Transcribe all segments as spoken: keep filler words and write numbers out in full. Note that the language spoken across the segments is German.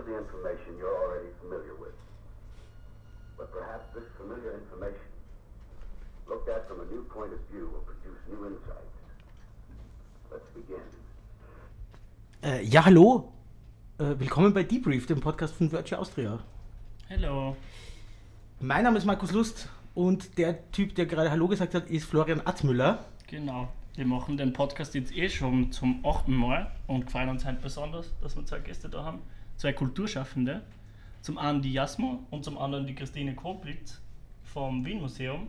of the information you're already familiar with. But perhaps this familiar information, looked at from a new point of view, will produce new insights. Let's begin. Äh, ja, hallo. Äh, willkommen bei Debrief, dem Podcast von Virtue Austria. Hallo. Mein Name ist Markus Lust und der Typ, der gerade Hallo gesagt hat, ist Florian Attmüller. Genau. Wir machen den Podcast jetzt eh schon zum achten Mal und gefallen uns halt besonders, dass wir zwei Gäste da haben. Zwei Kulturschaffende. Zum einen die Jasmo und zum anderen die Christine Koblitz vom Wien Museum.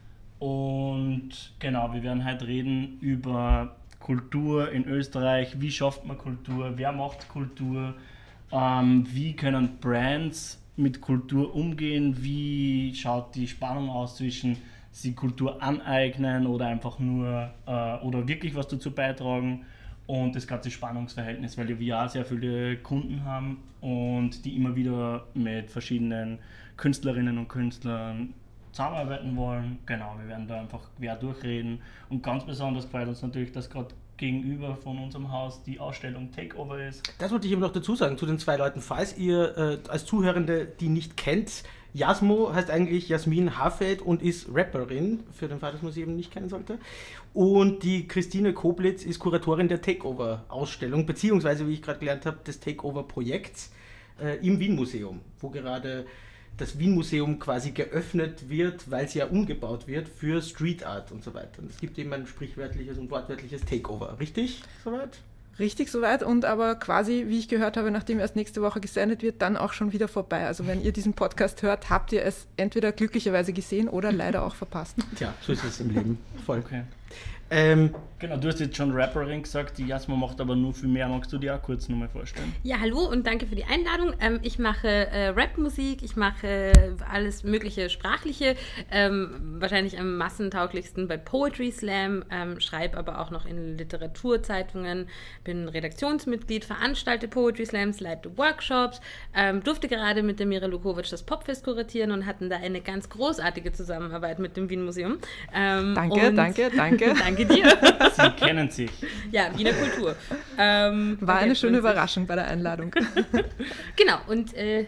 Und genau, wir werden heute reden über Kultur in Österreich. Wie schafft man Kultur? Wer macht Kultur? Ähm, wie können Brands mit Kultur umgehen? Wie schaut die Spannung aus zwischen sie Kultur aneignen oder einfach nur äh, oder wirklich was dazu beitragen und das ganze Spannungsverhältnis, weil wir ja sehr viele Kunden haben und die immer wieder mit verschiedenen Künstlerinnen und Künstlern zusammenarbeiten wollen. Genau, wir werden da einfach quer durchreden und ganz besonders gefällt uns natürlich, dass gerade gegenüber von unserem Haus die Ausstellung Takeover ist. Das wollte ich eben noch dazu sagen, zu den zwei Leuten. Falls ihr äh, als Zuhörende die nicht kennt, Jasmo heißt eigentlich Jasmin Hafed und ist Rapperin, für den Fall, dass man sie eben nicht kennen sollte. Und die Christine Koblitz ist Kuratorin der Takeover-Ausstellung, beziehungsweise, wie ich gerade gelernt habe, des Takeover-Projekts äh, im Wien-Museum, wo gerade das Wien-Museum quasi geöffnet wird, weil es ja umgebaut wird für Street Art und so weiter. Und es gibt eben ein sprichwörtliches und wortwörtliches Takeover. Richtig soweit? Richtig soweit und aber quasi, wie ich gehört habe, nachdem erst nächste Woche gesendet wird, dann auch schon wieder vorbei. Also wenn ihr diesen Podcast hört, habt ihr es entweder glücklicherweise gesehen oder leider auch verpasst. Tja, so ist es im Leben. Voll. Okay. Ähm, genau, du hast jetzt schon Rapperin gesagt, die Jasmo macht aber nur viel mehr. Magst du dir auch kurz nochmal vorstellen? Ja, hallo und danke für die Einladung. Ähm, ich mache äh, Rapmusik, ich mache äh, alles mögliche Sprachliche, ähm, wahrscheinlich am massentauglichsten bei Poetry Slam, ähm, schreibe aber auch noch in Literaturzeitungen, bin Redaktionsmitglied, veranstalte Poetry Slams, leite Workshops, ähm, durfte gerade mit der Mira Lukovic das Popfest kuratieren und hatten da eine ganz großartige Zusammenarbeit mit dem Wien Museum. Ähm, danke, danke, danke. Danke dir. Sie kennen sich. Ja, Wiener Kultur. Ähm, War eine schöne Überraschung bei der Einladung. Genau, und äh,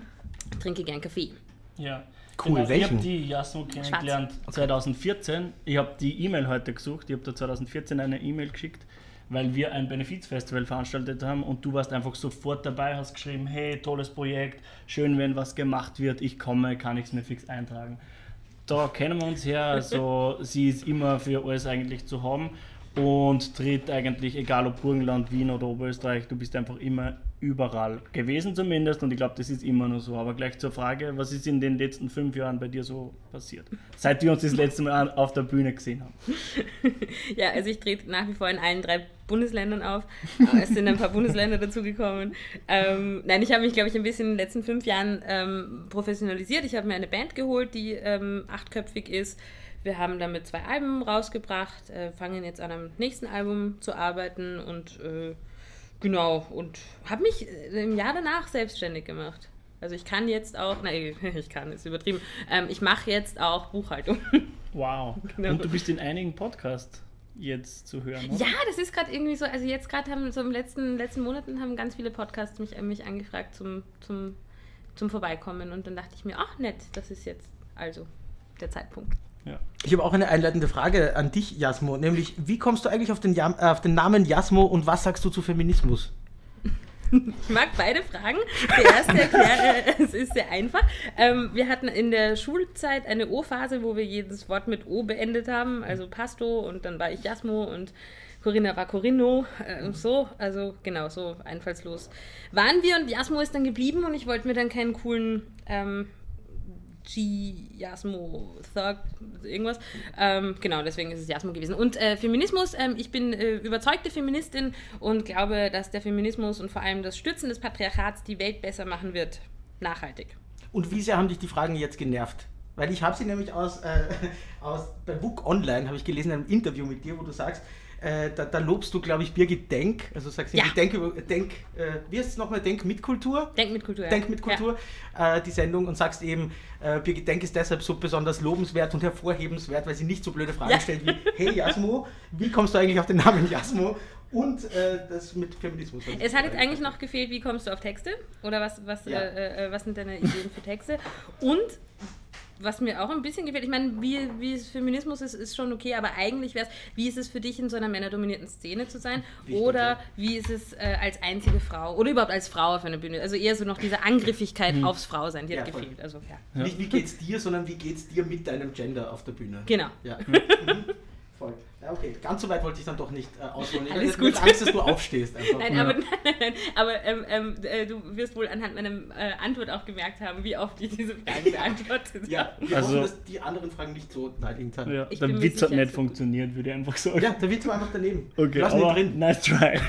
trinke gern Kaffee. Ja. Cool, genau. welchen? Ich habe die Jasmo kennengelernt zwanzig vierzehn. Ich habe die E-Mail heute gesucht. Ich habe da zwanzig vierzehn eine E-Mail geschickt, weil wir ein Benefizfestival veranstaltet haben und du warst einfach sofort dabei, hast geschrieben, hey, tolles Projekt, schön, wenn was gemacht wird, ich komme, kann ich es mir fix eintragen. Da kennen wir uns her, also sie ist immer für alles eigentlich zu haben und tritt eigentlich, egal ob Burgenland, Wien oder Oberösterreich, du bist einfach immer überall gewesen zumindest und ich glaube, das ist immer nur so. Aber gleich zur Frage, was ist in den letzten fünf Jahren bei dir so passiert, seit wir uns das letzte Mal auf der Bühne gesehen haben? Ja, also ich trete nach wie vor in allen drei Bundesländern auf. Es sind ein paar Bundesländer dazugekommen. Ähm, nein, ich habe mich, glaube ich, ein bisschen in den letzten fünf Jahren ähm, professionalisiert. Ich habe mir eine Band geholt, die ähm, achtköpfig ist. Wir haben damit zwei Alben rausgebracht, äh, fangen jetzt an am nächsten Album zu arbeiten und äh, genau, und habe mich im Jahr danach selbstständig gemacht. Also ich kann jetzt auch, nein, ich kann, ist übertrieben, ähm, ich mache jetzt auch Buchhaltung. Wow. Genau. Und du bist in einigen Podcasts jetzt zu hören, oder? Ja, das ist gerade irgendwie so, also jetzt gerade haben so im letzten, letzten Monaten haben ganz viele Podcasts mich, mich angefragt zum, zum, zum Vorbeikommen und dann dachte ich mir, ach nett, das ist jetzt also der Zeitpunkt. Ja. ich habe auch eine einleitende Frage an dich, Jasmo, nämlich, wie kommst du eigentlich auf den, Jam- äh, auf den Namen Jasmo und was sagst du zu Feminismus? Ich mag beide Fragen. Die erste erklärt, äh, es ist sehr einfach. Ähm, wir hatten in der Schulzeit eine O-Phase, wo wir jedes Wort mit O beendet haben, also Pasto und dann war ich Jasmo und Corinna war Corinno, äh, so, also genau, so einfallslos waren wir und Jasmo ist dann geblieben und ich wollte mir dann keinen coolen ähm, G, Jasmo, Thug, irgendwas. Ähm, genau, deswegen ist es Jasmo gewesen. Und äh, Feminismus, ähm, ich bin äh, überzeugte Feministin und glaube, dass der Feminismus und vor allem das Stürzen des Patriarchats die Welt besser machen wird. Nachhaltig. Und wie sehr haben dich die Fragen jetzt genervt? Weil ich habe sie nämlich aus, äh, aus bei Book Online, habe ich gelesen, in einem Interview mit dir, wo du sagst, Äh, da, da lobst du, glaube ich, Birgit Denk, also sagst du, ja. Denk, Denk äh, wie heißt es nochmal, Denk mit Kultur? Denk mit Kultur, ja. Denk mit Kultur, ja. äh, die Sendung, und sagst eben, äh, Birgit Denk ist deshalb so besonders lobenswert und hervorhebenswert, weil sie nicht so blöde Fragen ja. stellt wie, hey Jasmo, wie kommst du eigentlich auf den Namen Jasmo? Und äh, das mit Feminismus. Es hat jetzt eigentlich noch gefehlt, wie kommst du auf Texte? Oder was, was, Ja. äh, äh, was sind deine Ideen für Texte? Und was mir auch ein bisschen gefällt, ich meine, wie, wie es Feminismus ist, ist schon okay, aber eigentlich wäre es, wie ist es für dich, in so einer männerdominierten Szene zu sein? Wichtig, Oder ja. wie ist es äh, als einzige Frau oder überhaupt als Frau auf einer Bühne? Also eher so noch diese Angriffigkeit Mhm. aufs Frausein, die hat Ja, voll. gefehlt. Also, ja. Ja. Nicht wie geht's dir, sondern wie geht's dir mit deinem Gender auf der Bühne. Genau. Ja. Mhm. Voll. Ja, okay. Ganz so weit wollte ich dann doch nicht äh, ausholen. Ich Alles hatte jetzt gut. Angst, dass du aufstehst. Einfach. Nein, Ja. aber, nein, nein, nein, aber ähm, ähm, äh, du wirst wohl anhand meiner äh, Antwort auch gemerkt haben, wie oft ich diese Frage beantwortet habe. Ja, wir Also- hoffen, dass die anderen Fragen nicht so naheliegend sind. Ja, Ich der bin mir Witz hat sicher, nicht es- funktioniert, würde ich einfach sagen. Ja, der Witz war einfach daneben. Okay, Lass ihn aber drin. nice try.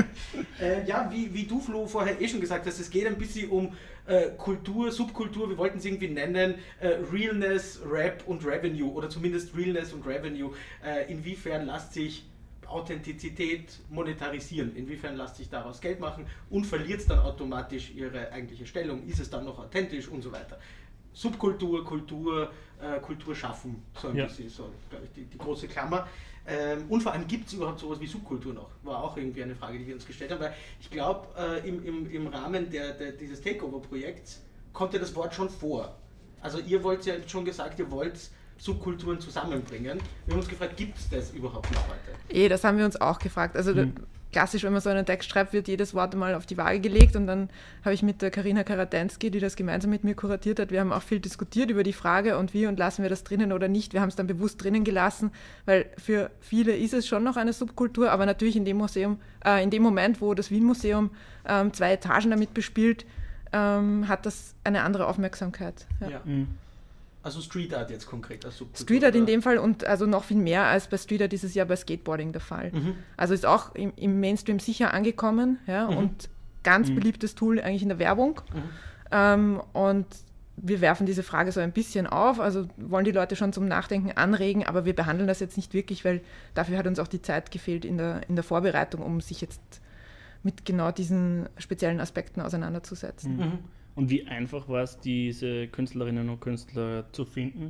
Äh, ja, wie, wie du, Flo, vorher eh schon gesagt hast, es geht ein bisschen um äh, Kultur, Subkultur, wir wollten es irgendwie nennen, äh, Realness, Rap und Revenue oder zumindest Realness und Revenue. Äh, inwiefern lässt sich Authentizität monetarisieren? Inwiefern lässt sich daraus Geld machen und verliert es dann automatisch ihre eigentliche Stellung? Ist es dann noch authentisch und so weiter? Subkultur, Kultur, äh, Kultur schaffen, so ein Ja. bisschen, so, glaube ich, die, die große Klammer. Ähm, und vor allem, gibt es überhaupt sowas wie Subkultur noch? War auch irgendwie eine Frage, die wir uns gestellt haben, weil ich glaube, äh, im, im, im Rahmen der, der, dieses Takeover-Projekts kommt ja das Wort schon vor. Also ihr wollt ja schon gesagt, ihr wollt Subkulturen zusammenbringen. Wir haben uns gefragt, gibt es das überhaupt noch heute? Eh, das haben wir uns auch gefragt. Also Mhm. klassisch, wenn man so einen Text schreibt, wird jedes Wort mal auf die Waage gelegt und dann habe ich mit der Karina Karadensky, die das gemeinsam mit mir kuratiert hat, wir haben auch viel diskutiert über die Frage und wie und lassen wir das drinnen oder nicht. Wir haben es dann bewusst drinnen gelassen, weil für viele ist es schon noch eine Subkultur, aber natürlich in dem Museum, äh, in dem Moment, wo das Wien-Museum ähm, zwei Etagen damit bespielt, ähm, hat das eine andere Aufmerksamkeit. Ja. Ja. Mhm. Also Street Art jetzt konkret als Subkultur. Street Art in oder? dem Fall und also noch viel mehr als bei Street Art dieses Jahr bei Skateboarding der Fall. Mhm. Also ist auch im, im Mainstream sicher angekommen, ja, Mhm. und ganz Mhm. beliebtes Tool eigentlich in der Werbung. Mhm. Ähm, und wir werfen diese Frage so ein bisschen auf, also wollen die Leute schon zum Nachdenken anregen, aber wir behandeln das jetzt nicht wirklich, weil dafür hat uns auch die Zeit gefehlt in der, in der Vorbereitung, um sich jetzt mit genau diesen speziellen Aspekten auseinanderzusetzen. Mhm. Mhm. Und wie einfach war es, diese Künstlerinnen und Künstler zu finden?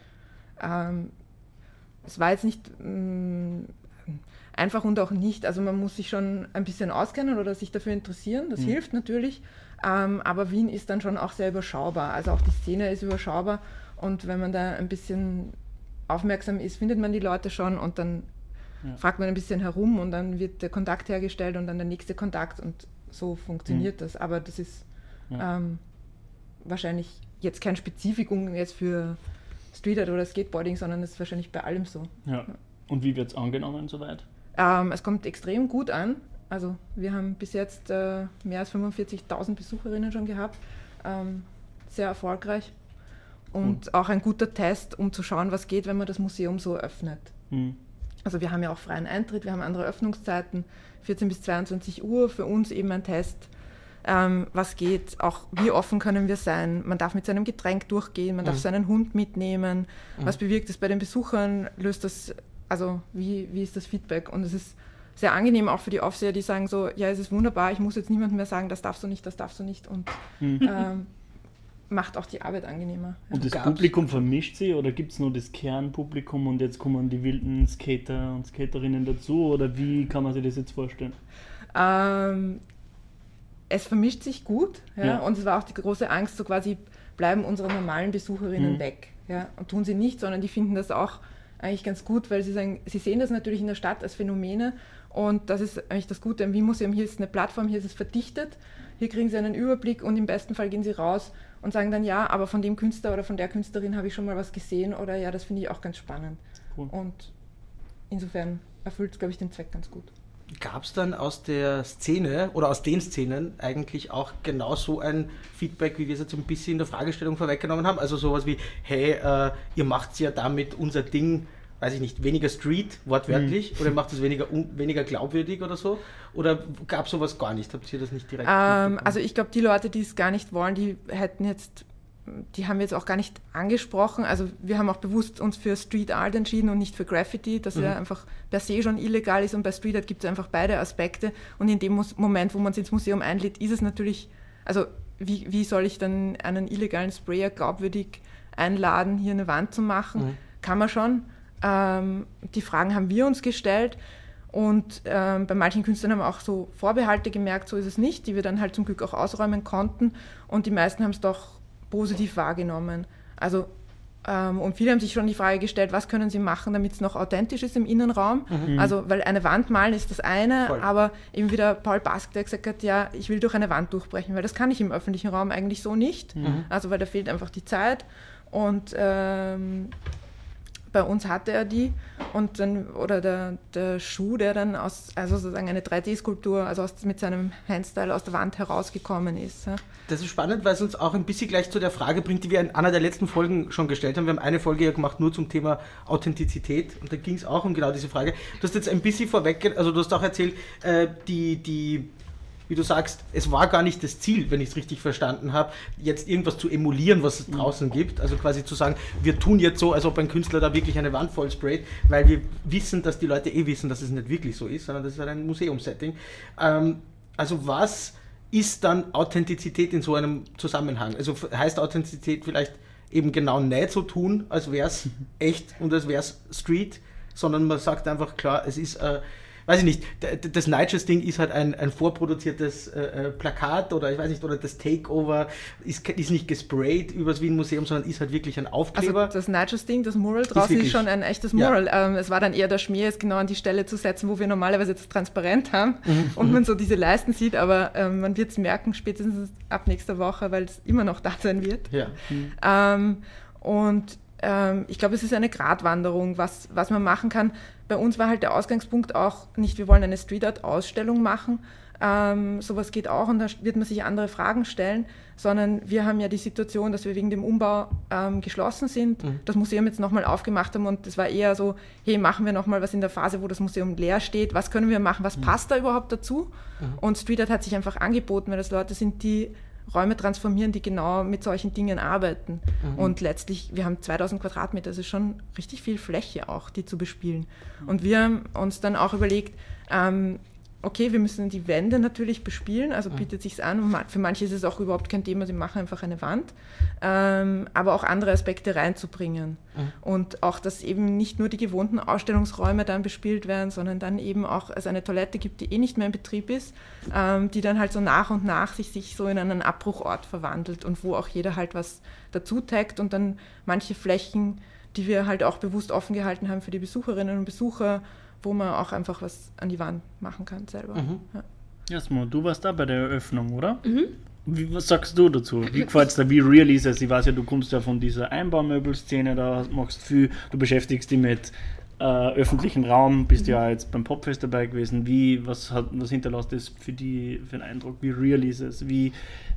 Ähm, es war jetzt nicht mh, einfach und auch nicht, also man muss sich schon ein bisschen auskennen oder sich dafür interessieren, das Mhm. hilft natürlich, ähm, aber Wien ist dann schon auch sehr überschaubar, also auch die Szene ist überschaubar und wenn man da ein bisschen aufmerksam ist, findet man die Leute schon und dann Ja. fragt man ein bisschen herum und dann wird der Kontakt hergestellt und dann der nächste Kontakt und so funktioniert das, aber das ist Ja. ähm, wahrscheinlich jetzt kein Spezifikum jetzt für Street Art oder Skateboarding, sondern es ist wahrscheinlich bei allem so. Ja. Und wie wird es angenommen soweit? Ähm, es kommt extrem gut an. Also wir haben bis jetzt äh, mehr als fünfundvierzigtausend Besucherinnen schon gehabt. Ähm, sehr erfolgreich. Und auch ein guter Test, um zu schauen, was geht, wenn man das Museum so öffnet. Mhm. Also wir haben ja auch freien Eintritt, wir haben andere Öffnungszeiten, vierzehn bis zweiundzwanzig Uhr, für uns eben ein Test. Ähm, was geht, auch wie offen können wir sein. Man darf mit seinem Getränk durchgehen, man darf Mhm. seinen Hund mitnehmen. Mhm. Was bewirkt es bei den Besuchern? Löst das, also wie, wie ist das Feedback? Und es ist sehr angenehm auch für die Aufseher, die sagen so, ja, es ist wunderbar, ich muss jetzt niemandem mehr sagen, das darfst du nicht, das darfst du nicht. Und Mhm. ähm, macht auch die Arbeit angenehmer. Ja. Und das Gab's- Publikum vermischt sich oder gibt es nur das Kernpublikum und jetzt kommen die wilden Skater und Skaterinnen dazu oder wie kann man sich das jetzt vorstellen? Ähm, es vermischt sich gut, ja, Ja. und es war auch die große Angst, so quasi bleiben unsere normalen Besucherinnen Mhm. weg. Ja, und tun sie nicht, sondern die finden das auch eigentlich ganz gut, weil sie sagen, sie sehen das natürlich in der Stadt als Phänomene und das ist eigentlich das Gute am Wien-Museum. Hier ist eine Plattform, hier ist es verdichtet, hier kriegen sie einen Überblick und im besten Fall gehen sie raus und sagen dann, ja, aber von dem Künstler oder von der Künstlerin habe ich schon mal was gesehen oder ja, das finde ich auch ganz spannend. Cool. Und insofern erfüllt es, glaube ich, den Zweck ganz gut. Gab es dann aus der Szene oder aus den Szenen eigentlich auch genau so ein Feedback, wie wir es jetzt ein bisschen in der Fragestellung vorweggenommen haben? Also sowas wie, hey, äh, ihr macht ja damit unser Ding, weiß ich nicht, weniger Street, wortwörtlich, oder ihr macht es weniger, un- weniger glaubwürdig oder so? Oder gab es sowas gar nicht? Habt ihr das nicht direkt Ähm, mitbekommen? also ich glaube, die Leute, die es gar nicht wollen, die hätten jetzt, die haben wir jetzt auch gar nicht angesprochen. Also wir haben auch bewusst uns für Street Art entschieden und nicht für Graffiti, das ja Mhm. einfach per se schon illegal ist und bei Street Art gibt es einfach beide Aspekte und in dem Mus- Moment, wo man es ins Museum einlädt, ist es natürlich, also wie, wie soll ich dann einen illegalen Sprayer glaubwürdig einladen, hier eine Wand zu machen? Mhm. Kann man schon. Ähm, die Fragen haben wir uns gestellt Und ähm, bei manchen Künstlern haben wir auch so Vorbehalte gemerkt, so ist es nicht, die wir dann halt zum Glück auch ausräumen konnten. Und die meisten haben es doch positiv wahrgenommen. Also, ähm, und viele haben sich schon die Frage gestellt, was können sie machen, damit es noch authentisch ist im Innenraum. Mhm. Also, weil eine Wand malen ist das eine, Voll. aber eben wieder Paul Bask, der gesagt hat, ja, ich will durch eine Wand durchbrechen, weil das kann ich im öffentlichen Raum eigentlich so nicht. Mhm. Also, weil da fehlt einfach die Zeit. Und ähm, bei uns hatte er die und dann, oder der, der Schuh, der dann aus, also sozusagen eine drei D-Skulptur, also aus, mit seinem Handstyle aus der Wand herausgekommen ist. Ja. Das ist spannend, weil es uns auch ein bisschen gleich zu der Frage bringt, die wir in einer der letzten Folgen schon gestellt haben. Wir haben eine Folge ja gemacht nur zum Thema Authentizität und da ging es auch um genau diese Frage. Du hast jetzt ein bisschen vorweg, also du hast auch erzählt, äh, die, die wie du sagst, es war gar nicht das Ziel, wenn ich es richtig verstanden habe, jetzt irgendwas zu emulieren, was es draußen gibt. Also quasi zu sagen, wir tun jetzt so, als ob ein Künstler da wirklich eine Wand voll sprayt, weil wir wissen, dass die Leute eh wissen, dass es nicht wirklich so ist, sondern das ist halt ein Museumssetting. Ähm, also was ist dann Authentizität in so einem Zusammenhang? Also heißt Authentizität vielleicht eben genau nicht so tun, als wäre es echt und als wäre es Street, sondern man sagt einfach klar, es ist äh, weiß ich nicht, das Nightshades-Ding ist halt ein, ein vorproduziertes äh, Plakat oder ich weiß nicht, oder das Takeover ist, ist nicht gesprayt übers Wien-Museum, sondern ist halt wirklich ein Aufkleber. Also das Nightshades-Ding, das Mural draußen ist, ist schon ein echtes Mural. Ja. Ähm, es war dann eher der Schmäh, es genau an die Stelle zu setzen, wo wir normalerweise jetzt transparent haben mhm. und man so diese Leisten sieht, aber ähm, man wird es merken, spätestens ab nächster Woche, weil es immer noch da sein wird. Ja. Mhm. Ähm, und ähm, ich glaube, es ist eine Gratwanderung, was, was man machen kann. Bei uns war halt der Ausgangspunkt auch nicht, wir wollen eine Street-Art-Ausstellung machen, ähm, sowas geht auch und da wird man sich andere Fragen stellen, sondern wir haben ja die Situation, dass wir wegen dem Umbau ähm, geschlossen sind, mhm. das Museum jetzt nochmal aufgemacht haben und das war eher so, hey, machen wir nochmal was in der Phase, wo das Museum leer steht, was können wir machen, was mhm. passt da überhaupt dazu? Mhm. Und Street-Art hat sich einfach angeboten, weil das Leute sind, die Räume transformieren, die genau mit solchen Dingen arbeiten. Mhm. Und letztlich, wir haben zweitausend Quadratmeter, das ist schon richtig viel Fläche auch, die zu bespielen. Mhm. Und wir haben uns dann auch überlegt, ähm, okay, wir müssen die Wände natürlich bespielen, also mhm. bietet sich's an. Und für manche ist es auch überhaupt kein Thema, sie machen einfach eine Wand. Ähm, aber auch andere Aspekte reinzubringen. Mhm. Und auch, dass eben nicht nur die gewohnten Ausstellungsräume dann bespielt werden, sondern dann eben auch es eine Toilette gibt, die eh nicht mehr in Betrieb ist, ähm, die dann halt so nach und nach sich, sich so in einen Abbruchort verwandelt und wo auch jeder halt was dazu taggt und dann manche Flächen, die wir halt auch bewusst offen gehalten haben für die Besucherinnen und Besucher, wo man auch einfach was an die Wand machen kann selber. Mhm. Ja. Jasmo, du warst da bei der Eröffnung, oder? Mhm. Wie, was sagst du dazu? Wie gefällt es dir? Wie real ist es? Ich weiß ja, du kommst ja von dieser Einbaumöbelszene, da machst viel, du beschäftigst dich mit äh, öffentlichem Raum, bist mhm. ja jetzt beim Popfest dabei gewesen. Wie, was, hat, was hinterlässt das für, die, für einen Eindruck? Wie real ist es? Wie,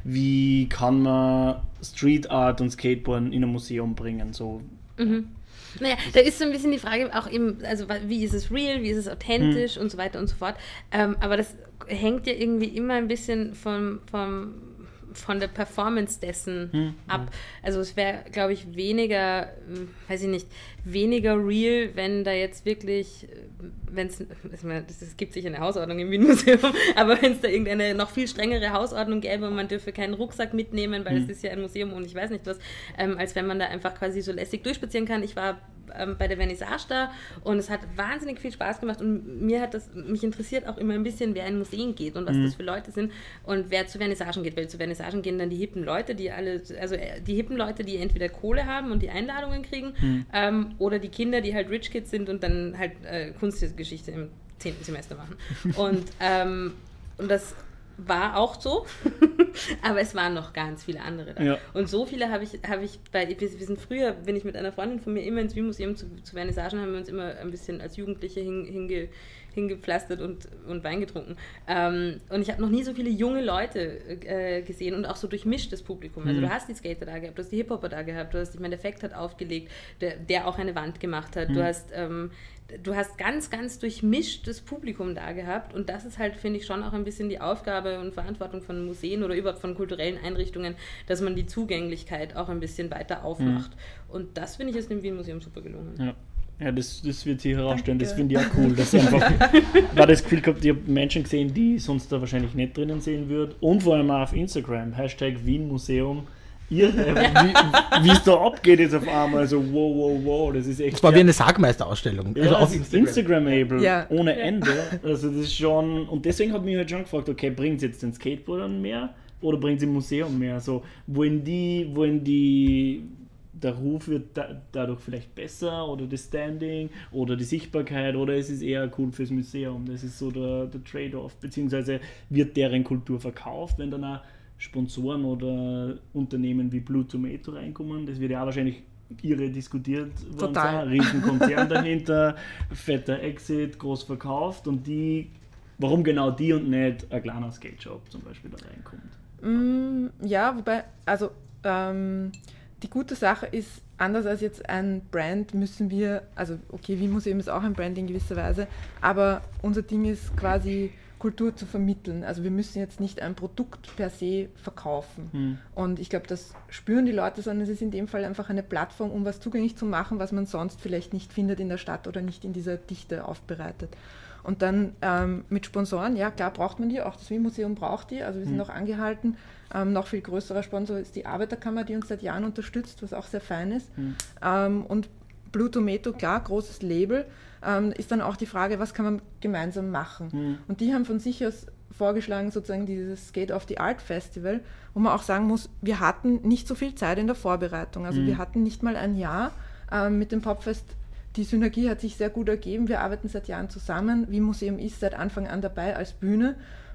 wie kann man Street Art und Skateboarden in ein Museum bringen? So. Mhm. Naja, da ist so ein bisschen die Frage auch eben, also wie ist es real, wie ist es authentisch mhm. und so weiter und so fort. Ähm, aber das hängt ja irgendwie immer ein bisschen vom, vom, von der Performance dessen mhm. ab. Also es wäre, glaube ich, weniger, weiß ich nicht, weniger real, wenn da jetzt wirklich, wenn es, es gibt sicher eine Hausordnung im Wien-Museum, aber wenn es da irgendeine noch viel strengere Hausordnung gäbe und man dürfe keinen Rucksack mitnehmen, weil es mhm. ist ja ein Museum und ich weiß nicht was, ähm, als wenn man da einfach quasi so lässig durchspazieren kann. Ich war ähm, bei der Vernissage da und es hat wahnsinnig viel Spaß gemacht und mir hat das, mich interessiert auch immer ein bisschen, wer in Museen geht und was mhm. das für Leute sind und wer zu Vernissagen geht, weil zu Vernissagen gehen dann die hippen Leute, die alle, also die hippen Leute, die entweder Kohle haben und die Einladungen kriegen, mhm. ähm, oder die Kinder, die halt Rich Kids sind und dann halt äh, Kunstgeschichte im zehnten Semester machen. Und, ähm, und das war auch so, aber es waren noch ganz viele andere da. Ja. Und so viele habe ich, habe ich bei, wir, wir sind früher, bin ich mit einer Freundin von mir immer ins Wien-Museum zu, zu Vernissagen, haben wir uns immer ein bisschen als Jugendliche hin, hinge, hingepflastert und, und Wein getrunken. Ähm, und ich habe noch nie so viele junge Leute äh, gesehen und auch so durchmischtes Publikum. Also mhm. du hast die Skater da gehabt, du hast die Hip-Hopper da gehabt, du hast, ich meine, der Effekt hat aufgelegt, der, der auch eine Wand gemacht hat. Mhm. Du hast ähm, du hast ganz, ganz durchmischtes Publikum da gehabt und das ist halt, finde ich, schon auch ein bisschen die Aufgabe und Verantwortung von Museen oder überhaupt von kulturellen Einrichtungen, dass man die Zugänglichkeit auch ein bisschen weiter aufmacht. Mhm. Und das, finde ich, ist dem Wien-Museum super gelungen. Ja. Ja, das, das wird sich herausstellen, das finde ich auch cool. Dass einfach, war das Gefühl gehabt, ich habe Menschen gesehen, die sonst da wahrscheinlich nicht drinnen sehen würde. Und vor allem auch auf Instagram, Hashtag Wien Museum. irre, wie wie es da abgeht jetzt auf einmal. Also wow, wow, wow, das ist echt... Das war wie eine Sargmeister-Ausstellung. Ja, Also auf Instagram. Instagrammable, Ja. ohne Ende. Also das ist schon... Und deswegen hat mich halt schon gefragt, okay, bringt es jetzt den Skateboardern mehr oder bringt es im Museum mehr? So, wollen die... Wollen die der Ruf wird da, dadurch vielleicht besser oder das Standing oder die Sichtbarkeit oder es ist eher cool fürs Museum. Das ist so der, der Trade-off, beziehungsweise wird deren Kultur verkauft, wenn dann auch Sponsoren oder Unternehmen wie Blue Tomato reinkommen. Das wird ja auch wahrscheinlich irre diskutiert worden Total. sein. Riesenkonzern dahinter, fetter Exit, groß verkauft und die, warum genau die und nicht ein kleiner Skate-Shop zum Beispiel da reinkommt? Mm, ja, wobei, also ähm, die gute Sache ist, anders als jetzt ein Brand müssen wir, also okay, wie Museum ist auch ein Brand in gewisser Weise, aber unser Ding ist quasi Kultur zu vermitteln. Also wir müssen jetzt nicht ein Produkt per se verkaufen. Hm. Und ich glaube, das spüren die Leute, sondern es ist in dem Fall einfach eine Plattform, um was zugänglich zu machen, was man sonst vielleicht nicht findet in der Stadt oder nicht in dieser Dichte aufbereitet. Und dann ähm, mit Sponsoren, ja klar braucht man die, auch das Wien-Museum braucht die, also wir sind Hm. auch angehalten. Ähm, noch viel größerer Sponsor ist die Arbeiterkammer, die uns seit Jahren unterstützt, was auch sehr fein ist. Hm. Ähm, und Blue Tomato, klar, großes Label, ähm, ist dann auch die Frage, was kann man gemeinsam machen. Hm. Und die haben von sich aus vorgeschlagen, sozusagen dieses Skate of the Art Festival, wo man auch sagen muss, wir hatten nicht so viel Zeit in der Vorbereitung. Also Hm. wir hatten nicht mal ein Jahr ähm, mit dem Popfest. Die Synergie hat sich sehr gut ergeben. Wir arbeiten seit Jahren zusammen. Wie Museum ist seit Anfang an dabei als Bühne.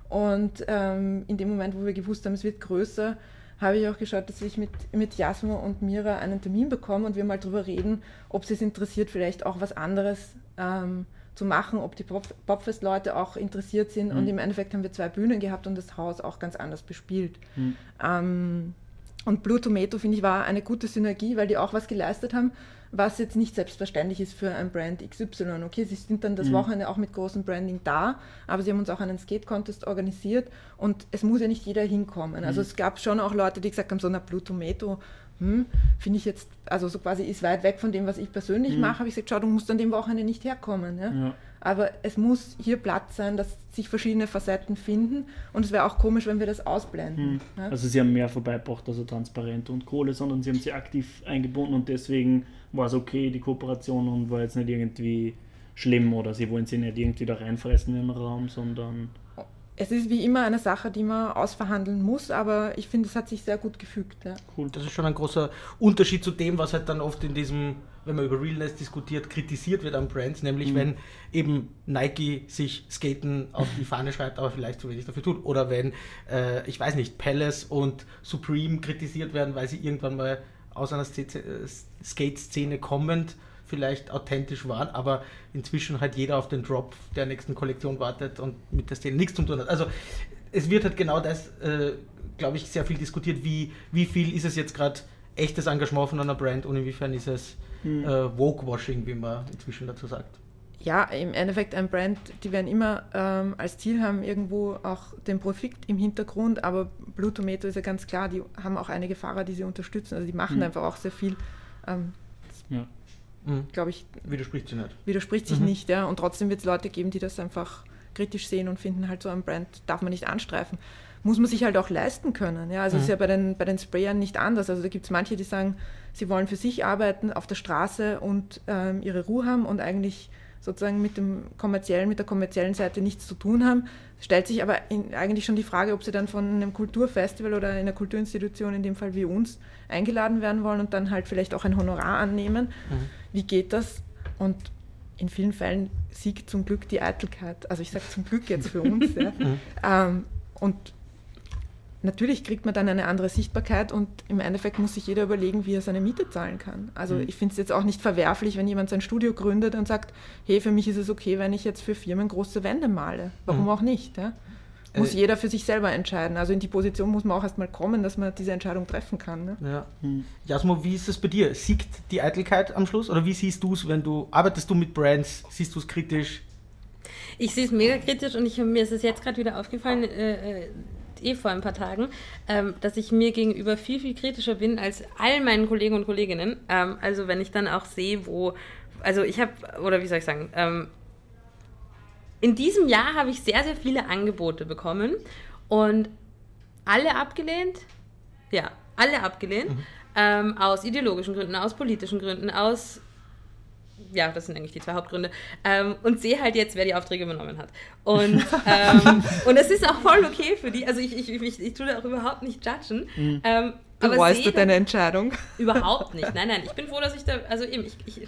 Und ähm, in dem Moment, wo wir gewusst haben, es wird größer, habe ich auch geschaut, dass ich mit, mit Jasmo und Mira einen Termin bekomme und wir mal darüber reden, ob sie es interessiert, vielleicht auch was anderes ähm, zu machen, ob die Pop- Popfest-Leute auch interessiert sind. Mhm. Und im Endeffekt haben wir zwei Bühnen gehabt und das Haus auch ganz anders bespielt. Mhm. Ähm, und Blue Tomato, finde ich, war eine gute Synergie, weil die auch was geleistet haben, was jetzt nicht selbstverständlich ist für ein Brand X Y. Okay, sie sind dann das Mhm. Wochenende auch mit großem Branding da, aber sie haben uns auch einen Skate-Contest organisiert und es muss ja nicht jeder hinkommen. Also Mhm. es gab schon auch Leute, die gesagt haben, so eine Blue Tomato, hm, finde ich jetzt, also so quasi ist weit weg von dem, was ich persönlich Mhm. mache. Habe ich gesagt, schau, du musst an dem Wochenende nicht herkommen. Ja? Ja. Aber es muss hier Platz sein, dass sich verschiedene Facetten finden und es wäre auch komisch, wenn wir das ausblenden. Hm. Ja? Also sie haben mehr vorbeigebracht, also transparent und Kohle, sondern sie haben sie aktiv eingebunden und deswegen war es okay, die Kooperation, und war jetzt nicht irgendwie schlimm oder sie wollen sie nicht irgendwie da reinfressen in den Raum, sondern... Es ist wie immer eine Sache, die man ausverhandeln muss, aber ich finde, es hat sich sehr gut gefügt. Ja. Cool, das ist schon ein großer Unterschied zu dem, was halt dann oft in diesem, wenn man über Realness diskutiert, kritisiert wird an Brands, nämlich Mhm. wenn eben Nike sich Skaten auf die Fahne schreibt, aber vielleicht zu wenig dafür tut. Oder wenn, äh, ich weiß nicht, Palace und Supreme kritisiert werden, weil sie irgendwann mal aus einer Sk- Skate-Szene kommend vielleicht authentisch waren, aber inzwischen halt jeder auf den Drop der nächsten Kollektion wartet und mit der Szene nichts zu tun hat. Also es wird halt genau das, äh, glaube ich, sehr viel diskutiert, wie, wie viel ist es jetzt gerade echtes Engagement von einer Brand und inwiefern ist es Mhm. äh, Woke-Washing, wie man inzwischen dazu sagt. Ja, im Endeffekt ein Brand, die werden immer ähm, als Ziel haben, irgendwo auch den Profit im Hintergrund, aber Blue Tomato ist ja ganz klar, die haben auch einige Fahrer, die sie unterstützen, also die machen Mhm. einfach auch sehr viel. Ähm, Ja. Mhm. Glaube ich, Widerspricht sie nicht. widerspricht sich Mhm. nicht, ja. Und trotzdem wird es Leute geben, die das einfach kritisch sehen und finden, halt so ein Brand darf man nicht anstreifen. Muss man sich halt auch leisten können. Ja. Also es Mhm. ist ja bei den, bei den Sprayern nicht anders. Also da gibt es manche, die sagen, sie wollen für sich arbeiten auf der Straße und ähm, ihre Ruhe haben und eigentlich sozusagen mit dem kommerziellen, mit der kommerziellen Seite nichts zu tun haben. Stellt sich aber in, eigentlich schon die Frage, ob sie dann von einem Kulturfestival oder einer Kulturinstitution, in dem Fall wie uns, eingeladen werden wollen und dann halt vielleicht auch ein Honorar annehmen. Mhm. Wie geht das? Und in vielen Fällen siegt zum Glück die Eitelkeit. Also ich sage zum Glück jetzt für uns. Ja. Mhm. Ähm, und natürlich kriegt man dann eine andere Sichtbarkeit und im Endeffekt muss sich jeder überlegen, wie er seine Miete zahlen kann. Also Mhm. ich finde es jetzt auch nicht verwerflich, wenn jemand sein Studio gründet und sagt, hey, für mich ist es okay, wenn ich jetzt für Firmen große Wände male. Warum Mhm. auch nicht? Ja? Muss Äh, jeder für sich selber entscheiden. Also in die Position muss man auch erstmal kommen, dass man diese Entscheidung treffen kann. Ne? Ja. Hm. Jasmo, wie ist es bei dir? Siegt die Eitelkeit am Schluss? Oder wie siehst du es, wenn du, arbeitest du mit Brands? Siehst du es kritisch? Ich sehe es mega kritisch und ich, mir ist es jetzt gerade wieder aufgefallen, äh, äh, eh vor ein paar Tagen, ähm, dass ich mir gegenüber viel, viel kritischer bin als all meinen Kollegen und Kolleginnen. Ähm, also wenn ich dann auch sehe, wo, also ich habe, oder wie soll ich sagen, ähm, in diesem Jahr habe ich sehr, sehr viele Angebote bekommen und alle abgelehnt. Ja, alle abgelehnt, mhm. ähm, aus ideologischen Gründen, aus politischen Gründen, aus, ja, das sind eigentlich die zwei Hauptgründe, ähm, und sehe halt jetzt, wer die Aufträge übernommen hat. Und, ähm, und es ist auch voll okay für die, also ich, ich, ich, ich tue da auch überhaupt nicht judgen. Mhm. Ähm, Bereust du deine Entscheidung? Überhaupt nicht, nein, nein, ich bin froh, dass ich da, also eben, ich, ich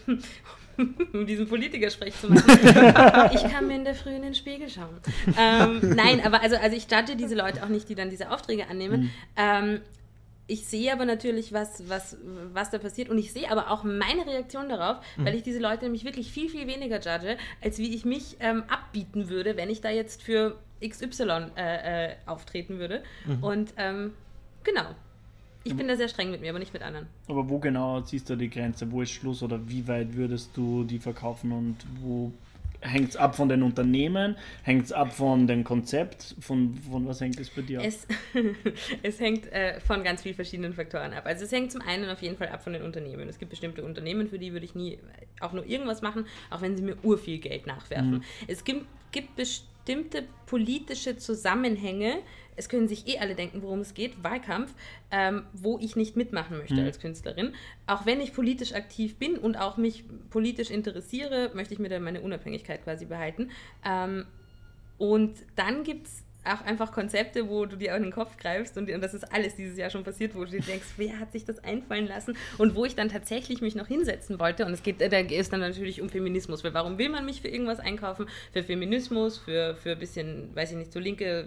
um diesen Politiker-Sprech zu machen. Ich kann mir in der Früh in den Spiegel schauen. Ähm, nein, aber also, also ich judge diese Leute auch nicht, die dann diese Aufträge annehmen. Mhm. Ähm, ich sehe aber natürlich, was, was, was da passiert und ich sehe aber auch meine Reaktion darauf, mhm. weil ich diese Leute nämlich wirklich viel, viel weniger judge, als wie ich mich ähm, abbieten würde, wenn ich da jetzt für X Y äh, äh, auftreten würde. Mhm. Und ähm, genau. Ich bin da sehr streng mit mir, aber nicht mit anderen. Aber wo genau ziehst du die Grenze? Wo ist Schluss oder wie weit würdest du die verkaufen und wo hängt es ab von den Unternehmen? Hängt es ab von dem Konzept? Von, von was hängt es bei dir ab? Es, es hängt äh, von ganz vielen verschiedenen Faktoren ab. Also es hängt zum einen auf jeden Fall ab von den Unternehmen. Es gibt bestimmte Unternehmen, für die würde ich nie auch nur irgendwas machen, auch wenn sie mir urviel Geld nachwerfen. Mhm. Es gibt, gibt bestimmte politische Zusammenhänge, es können sich eh alle denken, worum es geht, Wahlkampf, ähm, wo ich nicht mitmachen möchte mhm. als Künstlerin. Auch wenn ich politisch aktiv bin und auch mich politisch interessiere, möchte ich mir dann meine Unabhängigkeit quasi behalten. Ähm, und dann gibt es auch einfach Konzepte, wo du dir auch in den Kopf greifst und, und das ist alles dieses Jahr schon passiert, wo du dir denkst, wer hat sich das einfallen lassen und wo ich dann tatsächlich mich noch hinsetzen wollte und es geht, da geht es dann natürlich um Feminismus, weil warum will man mich für irgendwas einkaufen? Für Feminismus, für, für ein bisschen, weiß ich nicht, so linke,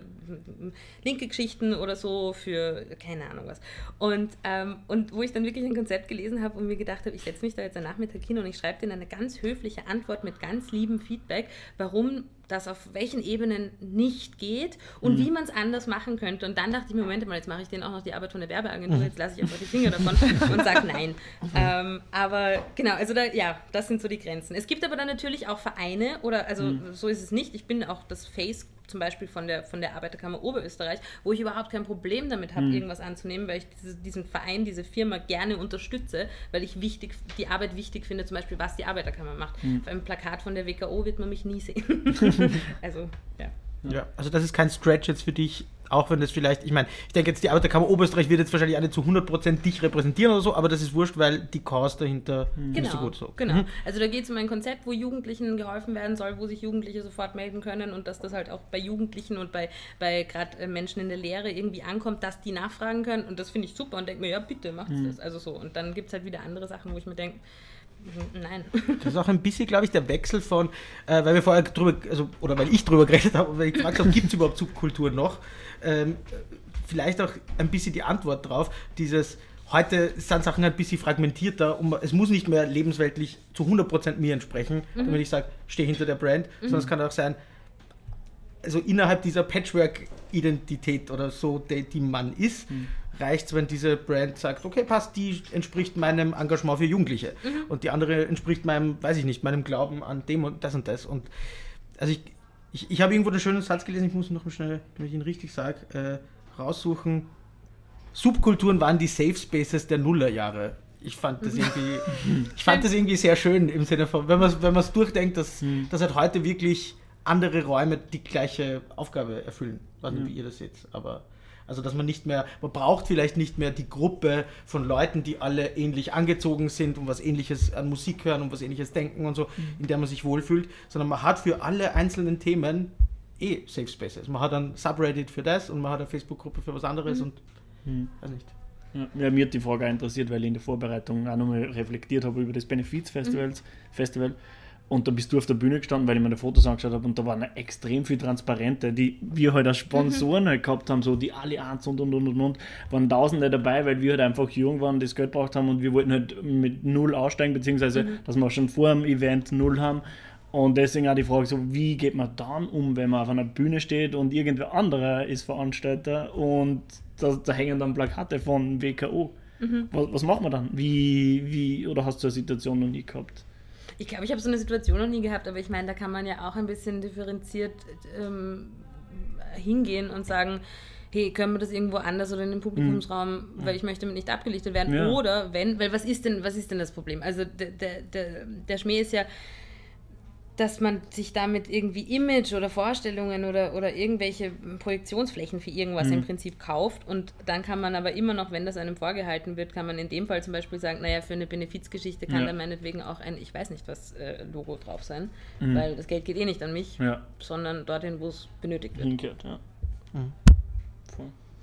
linke Geschichten oder so, für keine Ahnung was. Und, ähm, und wo ich dann wirklich ein Konzept gelesen habe und mir gedacht habe, ich setze mich da jetzt am Nachmittag hin und ich schreibe denen eine ganz höfliche Antwort mit ganz liebem Feedback, warum das auf welchen Ebenen nicht geht und mhm. wie man es anders machen könnte. Und dann dachte ich mir, Moment mal, jetzt mache ich denen auch noch die Arbeit von der Werbeagentur, jetzt lasse ich einfach die Finger davon und sage nein. Mhm. Ähm, aber genau, also da, ja, das sind so die Grenzen. Es gibt aber dann natürlich auch Vereine, oder also mhm. so ist es nicht, ich bin auch das Face zum Beispiel von der, von der Arbeiterkammer Oberösterreich, wo ich überhaupt kein Problem damit habe, mhm. irgendwas anzunehmen, weil ich diese, diesen Verein, diese Firma gerne unterstütze, weil ich wichtig, die Arbeit wichtig finde, zum Beispiel, was die Arbeiterkammer macht. Mhm. Auf einem Plakat von der W K O wird man mich nie sehen. Also, ja. Ja, also das ist kein Stretch jetzt für dich, auch wenn das vielleicht, ich meine, ich denke jetzt, die Arbeiterkammer Oberösterreich wird jetzt wahrscheinlich alle zu hundert Prozent dich repräsentieren oder so, aber das ist wurscht, weil die Cause dahinter genau, nicht so gut so. Genau, mhm. Also da geht es um ein Konzept, wo Jugendlichen geholfen werden soll, wo sich Jugendliche sofort melden können und dass das halt auch bei Jugendlichen und bei, bei gerade Menschen in der Lehre irgendwie ankommt, dass die nachfragen können und das finde ich super und denke mir, ja bitte, macht's mhm. das, also so. Und dann gibt es halt wieder andere Sachen, wo ich mir denke, nein. Das ist auch ein bisschen, glaube ich, der Wechsel von, äh, weil wir vorher drüber, also, oder weil ich drüber geredet habe, weil ich gefragt habe, gibt es überhaupt Subkultur noch? Ähm, vielleicht auch ein bisschen die Antwort drauf, dieses, heute sind Sachen ein bisschen fragmentierter, und es muss nicht mehr lebensweltlich zu hundert Prozent mir entsprechen, mhm. wenn ich sage, stehe hinter der Brand, mhm. sondern es kann auch sein, also innerhalb dieser Patchwork-Identität oder so, die, die man ist, mhm. reicht es, wenn diese Brand sagt, okay, passt, die entspricht meinem Engagement für Jugendliche mhm. und die andere entspricht meinem, weiß ich nicht, meinem Glauben an dem und das und das. Und also ich, ich, ich habe irgendwo einen schönen Satz gelesen, ich muss noch mal schnell, damit ich ihn richtig sage, äh, raussuchen. Subkulturen waren die Safe Spaces der Nullerjahre. Ich fand das irgendwie, ich fand das irgendwie sehr schön im Sinne von, wenn man wenn man es durchdenkt, dass, mhm. dass halt heute wirklich andere Räume die gleiche Aufgabe erfüllen. Ich weiß nicht, mhm. wie ihr das seht, aber also dass man nicht mehr, man braucht vielleicht nicht mehr die Gruppe von Leuten, die alle ähnlich angezogen sind und was Ähnliches an Musik hören und was Ähnliches denken und so, mhm. in der man sich wohlfühlt, sondern man hat für alle einzelnen Themen eh Safe Spaces. Man hat ein Subreddit für das und man hat eine Facebook-Gruppe für was anderes mhm. und mhm. weiß nicht. Ja, ja, mir hat die Frage auch interessiert, weil ich in der Vorbereitung auch nochmal reflektiert habe über das Benefiz-Festival. Mhm. Und da bist du auf der Bühne gestanden, weil ich mir die Fotos angeschaut habe und da waren extrem viele Transparente, die wir halt als Sponsoren mhm. halt gehabt haben, so die Allianz und und und und und, waren Tausende dabei, weil wir halt einfach jung waren, das Geld braucht haben und wir wollten halt mit null aussteigen, beziehungsweise mhm. dass wir schon vor dem Event null haben. Und deswegen auch die Frage, so, wie geht man dann um, wenn man auf einer Bühne steht und irgendwer anderer ist Veranstalter und da, da hängen dann Plakate von W K O. Mhm. Was, was macht man dann? Wie, wie, oder hast du eine Situation noch nie gehabt? Ich glaube, ich habe so eine Situation noch nie gehabt, aber ich meine, da kann man ja auch ein bisschen differenziert ähm, hingehen und sagen, hey, können wir das irgendwo anders oder in den Publikumsraum, mhm. weil ich möchte damit nicht abgelichtet werden. Ja. Oder wenn, weil was ist denn, was ist denn das Problem? Also der, der, der, der Schmäh ist ja, dass man sich damit irgendwie Image oder Vorstellungen oder, oder irgendwelche Projektionsflächen für irgendwas mhm. im Prinzip kauft und dann kann man aber immer noch, wenn das einem vorgehalten wird, kann man in dem Fall zum Beispiel sagen, naja, für eine Benefizgeschichte kann ja. dann meinetwegen auch ein, ich weiß nicht was, äh, Logo drauf sein, mhm. weil das Geld geht eh nicht an mich, ja. sondern dorthin, wo es benötigt wird. Hinkehrt, ja. Mhm. Voll.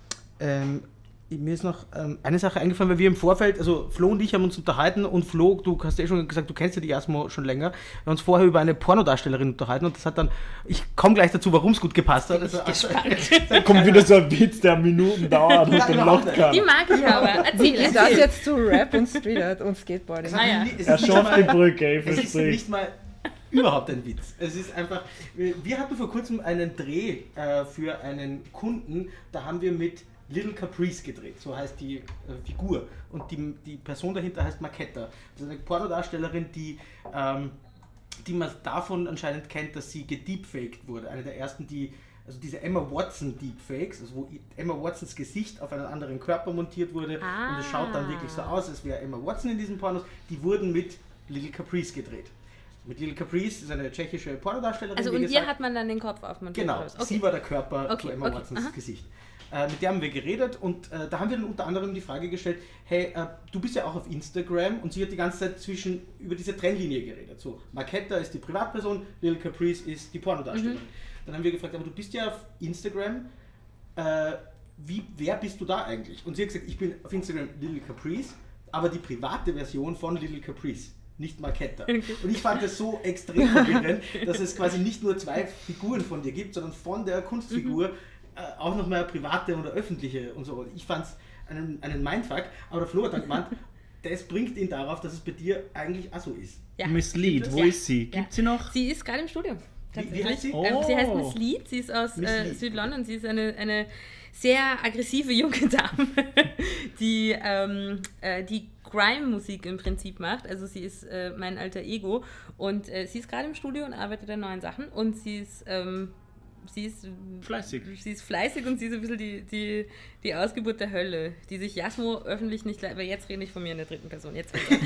Ähm, Mir ist noch ähm, eine Sache eingefallen, weil wir im Vorfeld, also Flo und ich haben uns unterhalten und Flo, du hast ja schon gesagt, du kennst ja die Jasmo schon länger, wir haben uns vorher über eine Pornodarstellerin unterhalten und das hat dann, ich komme gleich dazu, warum es gut gepasst hat. Also, also, da kommt wieder so ein Witz, der Minuten dauert und dann lacht kann. Die mag ich aber. Erzähl, erzähl. Das jetzt zu Rap und Street Art und Skateboarding. Ah, ja. Er schafft die Brücke, ich Es ist nicht mal überhaupt ein Witz. Es ist einfach, wir hatten vor kurzem einen Dreh äh, für einen Kunden, da haben wir mit Little Caprice gedreht, so heißt die äh, Figur. Und die, die Person dahinter heißt Marketta. Das ist eine Pornodarstellerin, die, ähm, die man davon anscheinend kennt, dass sie gedeepfaked wurde. Eine der ersten, die, also diese Emma Watson Deepfakes, also wo Emma Watsons Gesicht auf einen anderen Körper montiert wurde ah. und es schaut dann wirklich so aus, als wäre Emma Watson in diesen Pornos. Die wurden mit Little Caprice gedreht. Mit Little Caprice ist eine tschechische Pornodarstellerin. Also und gesagt, ihr hat man dann den Kopf aufmontiert? Genau, okay. Sie war der Körper okay. zu Emma okay. Watsons Aha. Gesicht. Äh, mit der haben wir geredet und äh, da haben wir dann unter anderem die Frage gestellt, hey, äh, du bist ja auch auf Instagram und sie hat die ganze Zeit zwischen über diese Trennlinie geredet. So, Marketta ist die Privatperson, Little Caprice ist die Pornodarstellerin. Mhm. Dann haben wir gefragt, aber du bist ja auf Instagram, äh, wie, wer bist du da eigentlich? Und sie hat gesagt, ich bin auf Instagram Little Caprice, aber die private Version von Little Caprice. Nicht Marketta. Okay. Und ich fand das so extrem verwirrend, dass es quasi nicht nur zwei Figuren von dir gibt, sondern von der Kunstfigur mhm. äh, auch noch mal private oder öffentliche und so. Ich fand es einen, einen Mindfuck, aber der Flo hat dann gemeint, das bringt ihn darauf, dass es bei dir eigentlich auch so ist. Ja. Miss Lead, wo ja. ist sie? Gibt ja. sie noch? Sie ist gerade im Studium. Wie, wie heißt sie? Oh. Ähm, sie heißt Miss Lead, sie ist aus äh, Südlondon, sie ist eine, eine sehr aggressive junge Dame, die, ähm, äh, die Grime-Musik im Prinzip macht. Also sie ist äh, mein alter Ego und äh, sie ist gerade im Studio und arbeitet an neuen Sachen und sie ist ähm, sie ist fleißig. Sie ist fleißig und sie ist ein bisschen die, die, die Ausgeburt der Hölle, die sich Jasmo öffentlich nicht, weil jetzt rede ich von mir in der dritten Person, jetzt ähm,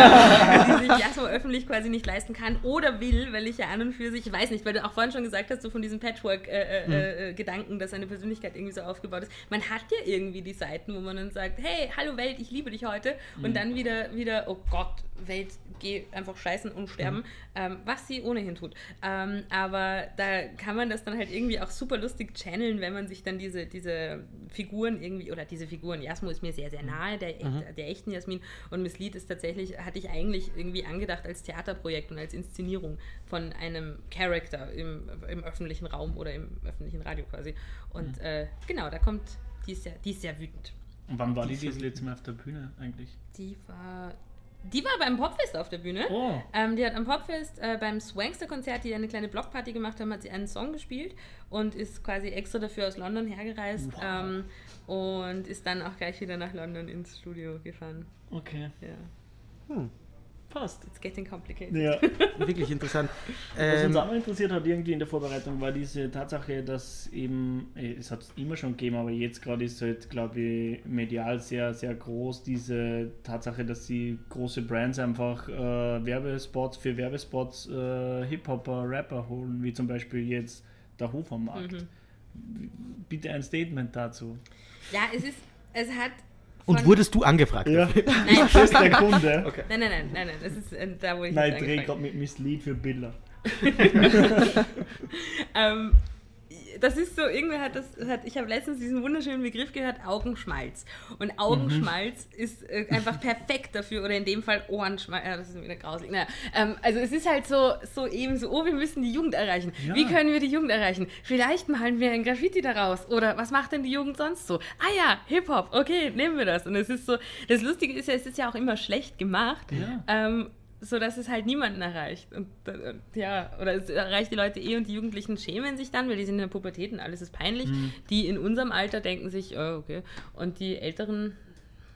die sich Jasmo öffentlich quasi nicht leisten kann oder will, weil ich ja an und für sich, ich weiß nicht, weil du auch vorhin schon gesagt hast, so von diesem Patchwork-Gedanken, äh, äh, mhm. dass eine Persönlichkeit irgendwie so aufgebaut ist. Man hat ja irgendwie die Seiten, wo man dann sagt, hey, hallo Welt, ich liebe dich heute mhm. und dann wieder, wieder, oh Gott, Welt, geh einfach scheißen und sterben, mhm. ähm, was sie ohnehin tut. Ähm, aber da kann man das dann halt irgendwie auch super lustig channeln, wenn man sich dann diese, diese Figuren irgendwie, oder diese Figuren, Jasmo ist mir sehr, sehr nahe, der, mhm. der echten Jasmin, und Miss Lead ist tatsächlich, hatte ich eigentlich irgendwie angedacht als Theaterprojekt und als Inszenierung von einem Charakter im, im öffentlichen Raum oder im öffentlichen Radio quasi. Und mhm. äh, genau, da kommt, die ist, sehr, die ist sehr wütend. Und wann war die, die das letzte Mal auf der Bühne eigentlich? Die war... Die war beim Popfest auf der Bühne. Oh. Ähm, die hat am Popfest äh, beim Swankster-Konzert, die eine kleine Blockparty gemacht haben, hat sie einen Song gespielt und ist quasi extra dafür aus London hergereist wow. ähm, und ist dann auch gleich wieder nach London ins Studio gefahren. Okay. Ja. Hm. Passt. It's getting complicated. Ja. Wirklich interessant. Was uns auch interessiert hat irgendwie in der Vorbereitung, war diese Tatsache, dass eben, es hat es immer schon gegeben, aber jetzt gerade ist halt, glaube ich, medial sehr, sehr groß, diese Tatsache, dass sie große Brands einfach äh, Werbespots für Werbespots äh, Hip-Hopper, Rapper holen, wie zum Beispiel jetzt der Hofermarkt. Mhm. Bitte ein Statement dazu. Ja, es ist, es hat Und wurdest du angefragt? Ja, nein. Das ist der Kunde. Okay. Nein, nein, nein, nein, nein, das ist äh, da, wo ich Nein, ich drehe gerade mit Miss Lead für Bilder. ähm, das ist so, irgendwer hat das, hat, ich habe letztens diesen wunderschönen Begriff gehört, Augenschmalz. Und Augenschmalz mhm. ist äh, einfach perfekt dafür, oder in dem Fall Ohrenschmalz, ja, das ist wieder grauslich. Naja, ähm, also es ist halt so, so eben so, oh, wir müssen die Jugend erreichen. Ja. Wie können wir die Jugend erreichen? Vielleicht malen wir ein Graffiti daraus. Oder was macht denn die Jugend sonst so? Ah ja, Hip-Hop, okay, nehmen wir das. Und es ist so, das Lustige ist ja, es ist ja auch immer schlecht gemacht. Ja. Ähm, so dass es halt niemanden erreicht. Und, und ja, oder es erreicht die Leute eh und die Jugendlichen schämen sich dann, weil die sind in der Pubertät und alles ist peinlich. Mhm. Die in unserem Alter denken sich, oh, okay. Und die Älteren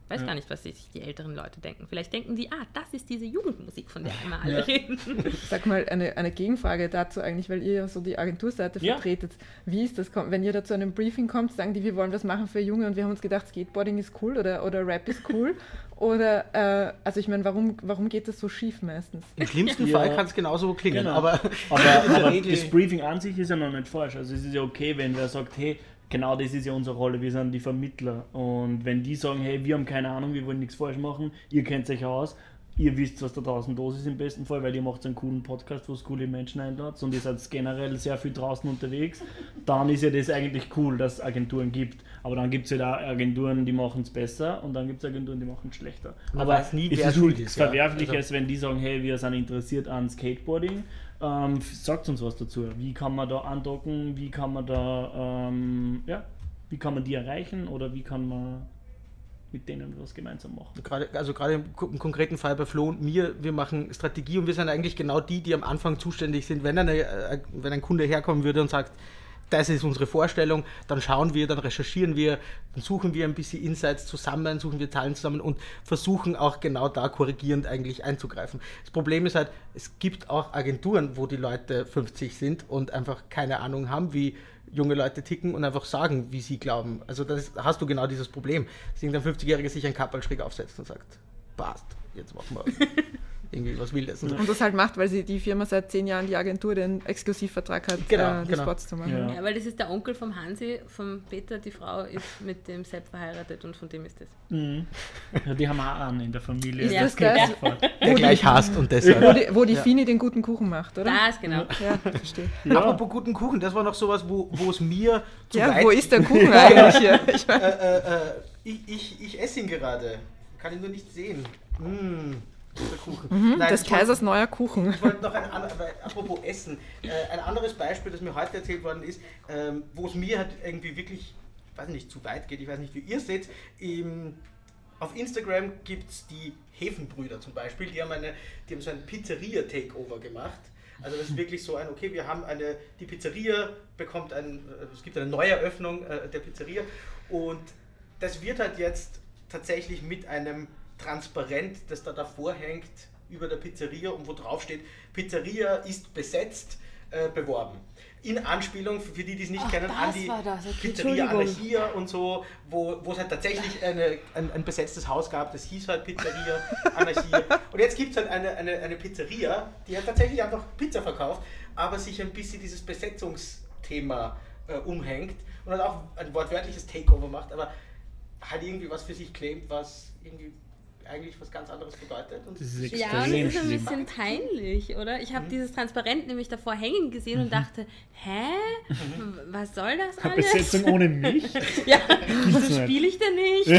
Weiß Ja. gar nicht, was sich die älteren Leute denken. Vielleicht denken die, ah, das ist diese Jugendmusik, von der immer alle Ja. reden. Sag mal, eine, eine Gegenfrage dazu eigentlich, weil ihr ja so die Agenturseite Ja. vertretet. Wie ist das, wenn ihr da zu einem Briefing kommt, sagen die, wir wollen was machen für Junge und wir haben uns gedacht, Skateboarding ist cool oder, oder Rap ist cool? Oder, äh, also ich meine, warum, warum geht das so schief meistens? Im schlimmsten Ja. Fall kann es genauso klingen, Genau. aber Aber, in der aber Regel- das Briefing an sich ist ja noch nicht falsch. Also es ist ja okay, wenn wer sagt, hey, genau das ist ja unsere Rolle, wir sind die Vermittler. Und wenn die sagen, hey, wir haben keine Ahnung, wir wollen nichts falsch machen, ihr kennt euch aus, ihr wisst, was da draußen los ist im besten Fall, weil ihr macht einen coolen Podcast, wo es coole Menschen einladet und ihr seid generell sehr viel draußen unterwegs, dann ist ja das eigentlich cool, dass es Agenturen gibt. Aber dann gibt es halt auch Agenturen, die machen es besser und dann gibt es Agenturen, die machen es schlechter. Man Aber weiß nie, es wer ist schuld nichts ist, ja. Verwerfliches, Also- wenn die sagen, hey, wir sind interessiert an Skateboarding. Ähm, sagt uns was dazu. Wie kann man da andocken? Wie kann man da, ähm, ja, wie kann man die erreichen oder wie kann man mit denen was gemeinsam machen? Gerade, also gerade im, ko- im konkreten Fall bei Flo und mir, wir machen Strategie und wir sind eigentlich genau die, die am Anfang zuständig sind. Wenn, eine, äh, wenn ein Kunde herkommen würde und sagt, das ist unsere Vorstellung, dann schauen wir, dann recherchieren wir, dann suchen wir ein bisschen Insights zusammen, suchen wir Zahlen zusammen und versuchen auch genau da korrigierend eigentlich einzugreifen. Das Problem ist halt, es gibt auch Agenturen, wo die Leute fünfzig sind und einfach keine Ahnung haben, wie junge Leute ticken und einfach sagen, wie sie glauben. Also das hast du genau dieses Problem, dass irgendein fünfzigjähriger sich ein Kapperl schräg aufsetzt und sagt, passt, jetzt machen wir irgendwie was Wildes. Und so. Und das halt macht, weil sie die Firma seit zehn Jahren, die Agentur, den Exklusivvertrag hat, Genau, äh, die genau. Spots zu machen. Ja. Ja, weil das ist der Onkel vom Hansi, vom Peter, die Frau ist mit dem Sepp verheiratet und von dem ist das. Mhm. Ja, die haben auch einen in der Familie. Ist das geht das? sofort. Der gleich hasst und Wo deshalb. die, wo die Ja. Fini den guten Kuchen macht, oder? Das, genau. Ja, verstehe. Ja. Apropos guten Kuchen, das war noch sowas, wo, wo es mir zu Ja, weit... wo ist der Kuchen eigentlich hier? Ich mein, Äh, äh, äh, ich, ich, ich esse ihn gerade. Kann ihn nur nicht sehen. Mmh, der Kuchen. mhm, Nein, des ich wollte- Kaisers neuer Kuchen. Ich wollte noch ein anderes, apropos Essen, äh, ein anderes Beispiel, das mir heute erzählt worden ist, ähm, wo es mir halt irgendwie wirklich, weiß nicht, zu weit geht, ich weiß nicht, wie ihr seht, im, auf Instagram gibt es die Hefenbrüder zum Beispiel, die haben, eine, die haben so ein Pizzeria-Takeover gemacht. Also das ist wirklich so ein, okay, wir haben eine, die Pizzeria bekommt ein, äh, es gibt eine Neueröffnung äh, der Pizzeria und das wird halt jetzt tatsächlich mit einem Transparent, das da davor hängt, über der Pizzeria und wo drauf steht, Pizzeria ist besetzt, äh, beworben. In Anspielung, für die, die es nicht Ach, kennen, das an die war das. Okay, Pizzeria Entschuldigung. Anarchia und so, wo, wo es halt tatsächlich eine, ein, ein besetztes Haus gab, das hieß halt Pizzeria Anarchia. Und jetzt gibt es halt eine, eine, eine Pizzeria, die halt tatsächlich einfach Pizza verkauft, aber sich ein bisschen dieses Besetzungsthema äh, umhängt und halt auch ein wortwörtliches Takeover macht, aber halt irgendwie was für sich claimt, was irgendwie eigentlich was ganz anderes bedeutet. Und Das ist Ja, und es extrem ist ein schlimm. bisschen peinlich, oder? Ich habe Mhm. dieses Transparent nämlich davor hängen gesehen und dachte, hä? Mhm. Was soll das alles? Besetzung ohne mich? Ja, wieso nicht. spiele ich denn nicht?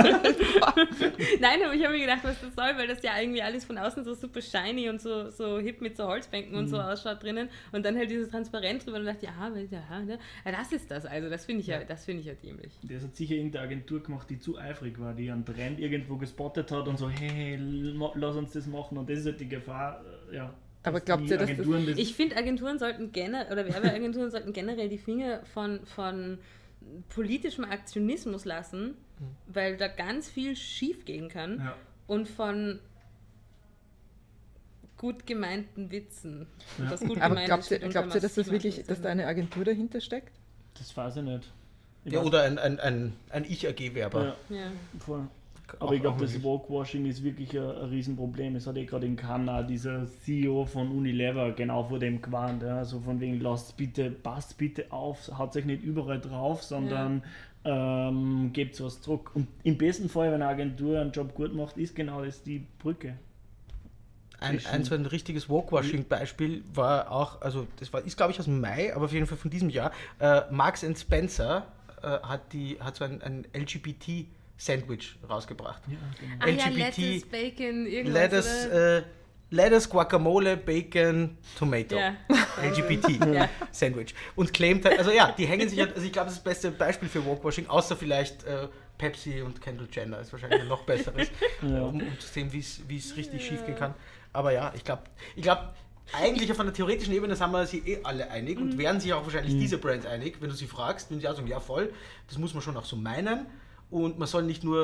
Nein, aber ich habe mir gedacht, was das soll, weil das ja irgendwie alles von außen so super shiny und so, so hip mit so Holzbänken und so ausschaut drinnen und dann halt dieses Transparent drüber und dachte, ja, weil- ja, ne? Ja, das ist das, also das finde ich ja, das finde ich ja dämlich. Das hat sicher irgendeine Agentur gemacht, die zu eifrig war, die einen Trend irgendwo gespottet hat und so, hey, l- lass uns das machen. Und das ist halt die Gefahr, äh, ja. Aber dass glaubt die ihr, dass das- Agenturen das Ich finde, Agenturen sollten generell, oder Werbeagenturen sollten generell die Finger von, von politischem Aktionismus lassen, weil da ganz viel schief gehen kann Ja. und von gut gemeinten Witzen. Und Ja. das gut Aber gemeint glaubt steht ihr, unter glaubt ihr, dass das massiver wirklich, dass da Aktionismus. eine Agentur dahinter steckt? Das weiß ich nicht. Ich ja, weiß- oder ein, ein, ein, ein Ich-A G-Werber. ja, Ja. voll. Auch- Aber ich glaube, auch das möglich. Walkwashing ist wirklich ein, ein Riesenproblem. Es hat ja gerade in Cannes dieser C E O von Unilever genau vor dem gewarnt. Ja. Also von wegen, lasst bitte, passt bitte auf, haut euch nicht überall drauf, sondern ähm, gebt was zurück. Und im besten Fall, wenn eine Agentur einen Job gut macht, ist genau das die Brücke. Ein, ein so ein richtiges Walkwashing-Beispiel war auch, also das war, ist glaube ich aus dem Mai, aber auf jeden Fall von diesem Jahr. Äh, Marks and Spencer äh, hat, die, hat so ein, ein L G B T-Sandwich rausgebracht. Ja, genau. Ah ja, L G B T, Lettuce, Bacon, irgendwas, Lettuce, oder? äh, Lettuce, Guacamole, Bacon, Tomato. Ja. L G B T Ja. Sandwich. Und claimt halt, also ja, die hängen sich halt, also ich glaube, das ist das beste Beispiel für Walkwashing, außer vielleicht äh, Pepsi und Kendall Jenner ist wahrscheinlich ein noch besseres, Ja. um, um zu sehen, wie es richtig schief gehen kann. Aber ja, ich glaube, ich glaube, eigentlich auf einer theoretischen Ebene sind wir sich eh alle einig und wären sich auch wahrscheinlich diese Brands einig, wenn du sie fragst, wenn sie auch sagen, ja voll, das muss man schon auch so meinen und man soll nicht nur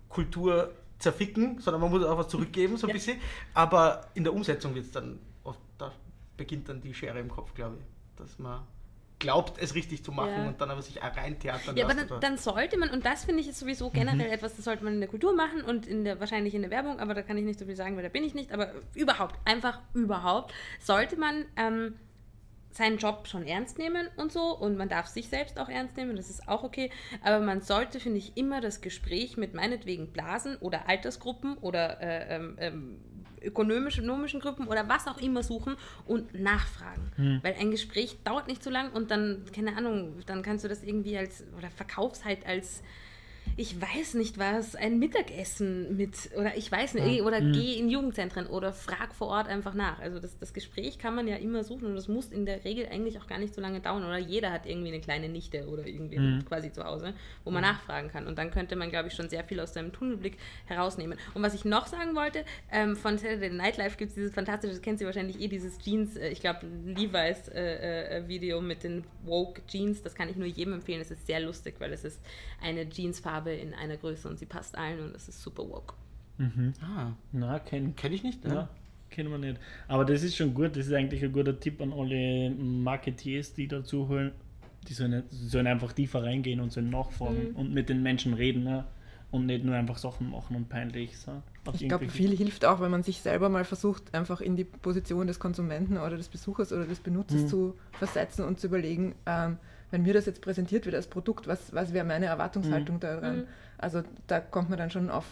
Kultur zerficken, sondern man muss auch was zurückgeben, so ein Ja. bisschen. Aber in der Umsetzung wird es dann oft, da beginnt dann die Schere im Kopf, glaube ich. Dass man glaubt, es richtig zu machen Ja. und dann aber sich rein theatern Ja, aber lässt, dann, oder? dann sollte man, und das finde ich ist sowieso generell etwas, das sollte man in der Kultur machen und in der, wahrscheinlich in der Werbung, aber da kann ich nicht so viel sagen, weil da bin ich nicht, aber überhaupt, einfach überhaupt, sollte man ähm, seinen Job schon ernst nehmen und so und man darf sich selbst auch ernst nehmen, das ist auch okay, aber man sollte, finde ich, immer das Gespräch mit meinetwegen Blasen oder Altersgruppen oder äh, ähm, ähm, ökonomischen, ökonomischen Gruppen oder was auch immer suchen und nachfragen. Hm. Weil ein Gespräch dauert nicht so lang und dann, keine Ahnung, dann kannst du das irgendwie als, oder verkaufst halt als, ich weiß nicht was, ein Mittagessen mit, oder ich weiß nicht, oder Hm. geh in Jugendzentren oder frag vor Ort einfach nach. Also das, das Gespräch kann man ja immer suchen und das muss in der Regel eigentlich auch gar nicht so lange dauern. Oder jeder hat irgendwie eine kleine Nichte oder irgendwie Hm. quasi zu Hause, wo man nachfragen kann. Und dann könnte man, glaube ich, schon sehr viel aus seinem Tunnelblick herausnehmen. Und was ich noch sagen wollte, ähm, von Saturday Night Live gibt es dieses fantastische, das kennt ihr wahrscheinlich eh, dieses Jeans, äh, ich glaube Levi's äh, äh, Video mit den Woke Jeans. Das kann ich nur jedem empfehlen. Es ist sehr lustig, weil es ist eine Jeansfarbe in einer Größe und sie passt allen und es ist super woke. Mhm. Ah, Na, kenn, kenne ich nicht. ja, Ja. kennen wir nicht. Aber das ist schon gut, das ist eigentlich ein guter Tipp an alle Marketeers, die dazu holen. Die sollen, die sollen einfach tiefer reingehen und sollen nachfragen Mhm. und mit den Menschen reden, ne? Und nicht nur einfach Sachen machen und peinlich sein. Auf Ich glaube, irgendwelche- viel hilft auch, wenn man sich selber mal versucht, einfach in die Position des Konsumenten oder des Besuchers oder des Benutzers Mhm. zu versetzen und zu überlegen, ähm, wenn mir das jetzt präsentiert wird als Produkt, was, was wäre meine Erwartungshaltung daran? Mhm. Also da kommt man dann schon auf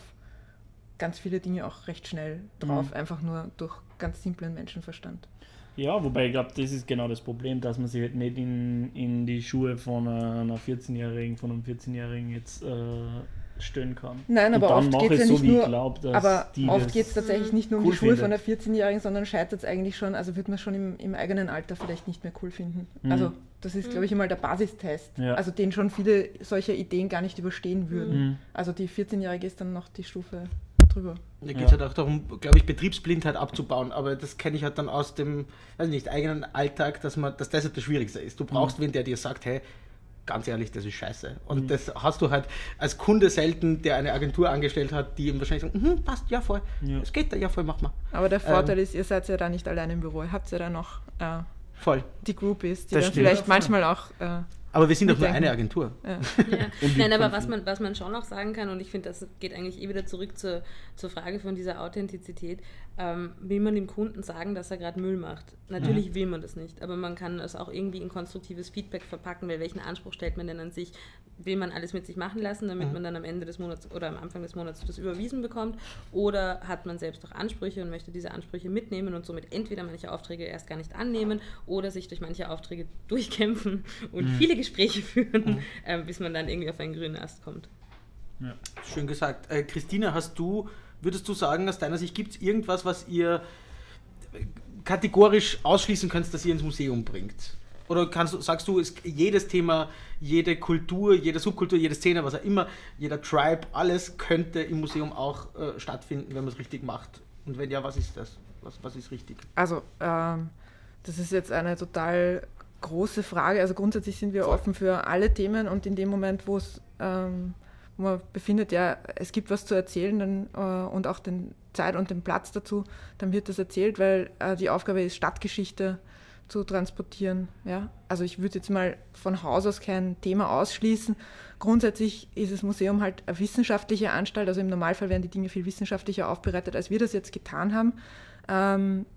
ganz viele Dinge auch recht schnell drauf, Mhm. einfach nur durch ganz simplen Menschenverstand. Ja, wobei ich glaube, das ist genau das Problem, dass man sich halt nicht in, in die Schuhe von einer vierzehnjährigen, von einem vierzehnjährigen jetzt äh, stellen kann. Nein, Und aber dann oft mach geht es ich ja so, nicht wie ich nur, glaub, dass aber die oft das geht es tatsächlich nicht nur um cool die Schuhe findet. von der vierzehnjährigen, sondern scheitert es eigentlich schon, also wird man schon im, im eigenen Alter vielleicht nicht mehr cool finden. Mhm. Also das ist, glaube ich, einmal der Basistest, Ja. also den schon viele solcher Ideen gar nicht überstehen würden. Mhm. Also die vierzehnjährige ist dann noch die Stufe drüber. Da geht es Ja. halt auch darum, glaube ich, Betriebsblindheit abzubauen, aber das kenne ich halt dann aus dem, weiß nicht, eigenen Alltag, dass man, dass das halt das Schwierigste ist. Du brauchst wen, der dir sagt, hey, ganz ehrlich, das ist scheiße. Und Mhm. das hast du halt als Kunde selten, der eine Agentur angestellt hat, die ihm wahrscheinlich sagt, mhm, passt, ja voll, Ja. es geht da, ja voll, mach mal. Aber der Vorteil Ähm. ist, ihr seid ja da nicht allein im Büro, ihr habt ja da noch äh, Voll. die Groupies, die Das dann stimmt. vielleicht manchmal auch äh, Aber wir sind doch nur Mitdenken. eine Agentur. ja. Ja. Und Nein, die aber fünf- was man, was man schon auch sagen kann, und ich finde, das geht eigentlich eh wieder zurück zur, zur Frage von dieser Authentizität, ähm, will man dem Kunden sagen, dass er gerade Müll macht? Natürlich will man das nicht, aber man kann es auch irgendwie in konstruktives Feedback verpacken, weil welchen Anspruch stellt man denn an sich? Will man alles mit sich machen lassen, damit man dann am Ende des Monats oder am Anfang des Monats das überwiesen bekommt? Oder hat man selbst auch Ansprüche und möchte diese Ansprüche mitnehmen und somit entweder manche Aufträge erst gar nicht annehmen oder sich durch manche Aufträge durchkämpfen und viele Gespräche führen, ähm, bis man dann irgendwie auf einen grünen Ast kommt. Ja. Schön gesagt. Äh, Christina, hast du, würdest du sagen, aus deiner Sicht gibt es irgendwas, was ihr kategorisch ausschließen könnt, dass ihr ins Museum bringt? Oder kannst, du- sagst du, ist jedes Thema, jede Kultur, jede Subkultur, jede Szene, was auch immer, jeder Tribe, alles könnte im Museum auch äh, stattfinden, wenn man es richtig macht? Und wenn ja, was ist das? Was, was ist richtig? Also, ähm, das ist jetzt eine total große Frage. Also grundsätzlich sind wir offen für alle Themen und in dem Moment, wo es, ähm, wo man befindet, ja, es gibt was zu erzählen dann, äh, und auch den Zeit und den Platz dazu, dann wird das erzählt, weil äh, die Aufgabe ist, Stadtgeschichte zu transportieren. Ja? Also ich würde jetzt mal von Haus aus kein Thema ausschließen. Grundsätzlich ist das Museum halt eine wissenschaftliche Anstalt, also im Normalfall werden die Dinge viel wissenschaftlicher aufbereitet, als wir das jetzt getan haben. Ähm,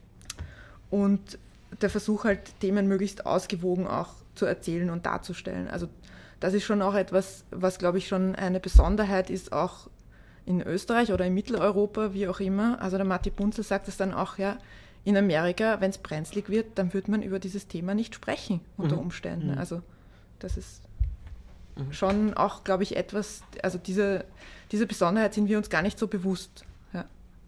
und der Versuch halt, Themen möglichst ausgewogen auch zu erzählen und darzustellen. Also das ist schon auch etwas, was, glaube ich, schon eine Besonderheit ist, auch in Österreich oder in Mitteleuropa, wie auch immer. Also der Matti Bunzel sagt es dann auch, ja, in Amerika, wenn es brenzlig wird, dann wird man über dieses Thema nicht sprechen, unter Mhm. Umständen. Mhm. Also das ist Mhm. schon auch, glaube ich, etwas, also diese, diese Besonderheit sind wir uns gar nicht so bewusst. Ja.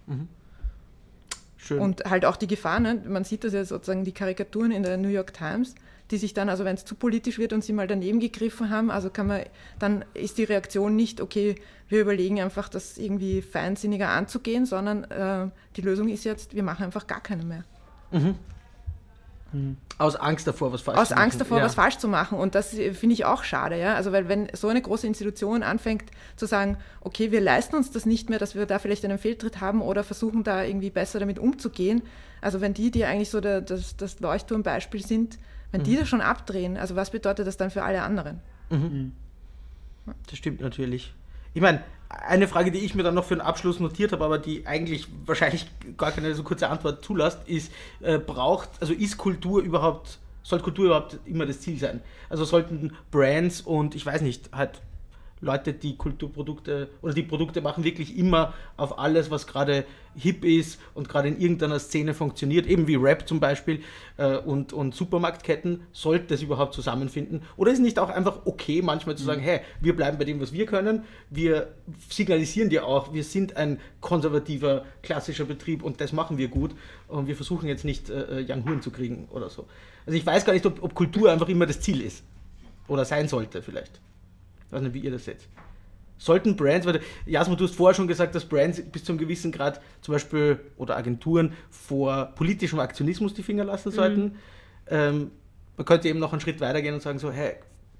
Schön. Und halt auch die Gefahr, ne? Man sieht das ja sozusagen, die Karikaturen in der New York Times, die sich dann, also wenn es zu politisch wird und sie mal daneben gegriffen haben, also kann man, dann ist die Reaktion nicht, okay, wir überlegen einfach, das irgendwie feinsinniger anzugehen, sondern äh, die Lösung ist jetzt, wir machen einfach gar keine mehr. Mhm. Mhm. Aus Angst davor, was falsch Aus zu machen. Angst davor, ja. was falsch zu machen. Und das finde ich auch schade. Ja? Also weil wenn so eine große Institution anfängt zu sagen, okay, wir leisten uns das nicht mehr, dass wir da vielleicht einen Fehltritt haben oder versuchen da irgendwie besser damit umzugehen. Also wenn die, die eigentlich so der, das, das Leuchtturmbeispiel sind, wenn mhm. die das schon abdrehen, also was bedeutet das dann für alle anderen? Mhm. Das stimmt natürlich. Ich meine, eine Frage, die ich mir dann noch für den Abschluss notiert habe, aber die eigentlich wahrscheinlich gar keine so kurze Antwort zulässt, ist, äh, braucht, also ist Kultur überhaupt, soll Kultur überhaupt immer das Ziel sein? Also sollten Brands und, ich weiß nicht, halt Leute, die Kulturprodukte oder die Produkte machen, wirklich immer auf alles, was gerade hip ist und gerade in irgendeiner Szene funktioniert, eben wie Rap zum Beispiel äh, und, und Supermarktketten, sollte das überhaupt zusammenfinden? Oder ist es nicht auch einfach okay, manchmal zu sagen, mhm. hey, wir bleiben bei dem, was wir können, wir signalisieren dir auch, wir sind ein konservativer, klassischer Betrieb und das machen wir gut und wir versuchen jetzt nicht äh, Young Huren zu kriegen oder so. Also ich weiß gar nicht, ob, ob Kultur einfach immer das Ziel ist oder sein sollte vielleicht. Ich weiß nicht, wie ihr das seht. Sollten Brands, weil Jasmo, du hast vorher schon gesagt, dass Brands bis zu einem gewissen Grad zum Beispiel oder Agenturen vor politischem Aktionismus die Finger lassen sollten. Mhm. Ähm, man könnte eben noch einen Schritt weitergehen und sagen so, hey,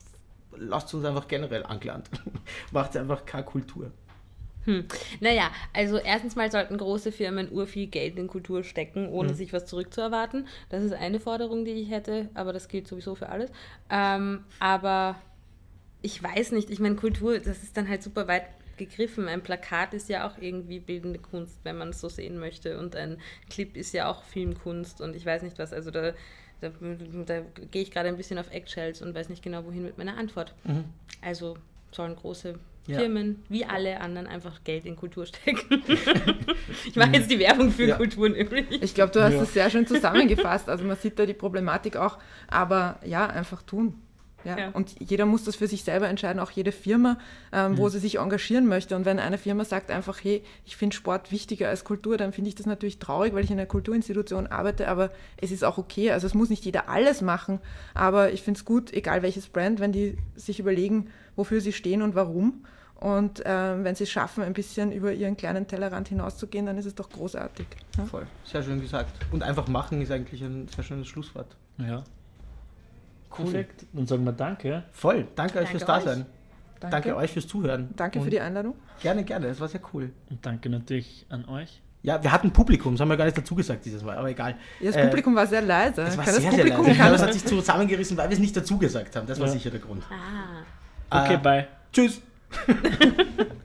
lasst uns einfach generell angelangt. Macht einfach keine Kultur. Hm. Naja, also erstens mal sollten große Firmen urviel Geld in Kultur stecken, ohne mhm. sich was zurückzuerwarten. Das ist eine Forderung, die ich hätte, aber das gilt sowieso für alles. Ähm, aber ich weiß nicht, ich meine, Kultur, das ist dann halt super weit gegriffen. Ein Plakat ist ja auch irgendwie bildende Kunst, wenn man es so sehen möchte. Und ein Clip ist ja auch Filmkunst und ich weiß nicht was. Also da, da, da gehe ich gerade ein bisschen auf Eggshells und weiß nicht genau, wohin mit meiner Antwort. Mhm. Also sollen große ja. Firmen, wie alle anderen, einfach Geld in Kultur stecken. Ich mache jetzt die Werbung für ja. Kulturen übrig. Ich glaube, du hast ja. das sehr schön zusammengefasst. Also man sieht da die Problematik auch. Aber ja, einfach tun. Ja, ja. Und jeder muss das für sich selber entscheiden, auch jede Firma, ähm, mhm. wo sie sich engagieren möchte. Und wenn eine Firma sagt einfach, hey, ich finde Sport wichtiger als Kultur, dann finde ich das natürlich traurig, weil ich in einer Kulturinstitution arbeite, aber es ist auch okay. Also es muss nicht jeder alles machen, aber ich finde es gut, egal welches Brand, wenn die sich überlegen, wofür sie stehen und warum. Und ähm, wenn sie es schaffen, ein bisschen über ihren kleinen Tellerrand hinauszugehen, dann ist es doch großartig. Ja? Voll, sehr schön gesagt. Und einfach machen ist eigentlich ein sehr schönes Schlusswort. Ja. Cool. Perfekt, dann sagen wir danke. Voll, danke euch fürs Dasein. Danke. danke euch fürs Zuhören. Danke und für die Einladung. Gerne, gerne, das war sehr cool. Und danke natürlich an euch. Ja, wir hatten Publikum, das haben wir gar nicht dazu gesagt dieses Mal, aber egal. Ja, das Publikum äh, war sehr leise. Es war kann sehr, das sehr Publikum leise. Kann das hat sich zusammengerissen, weil wir es nicht dazu gesagt haben. Das war ja. sicher der Grund. Ah. Okay, äh, bye. Tschüss.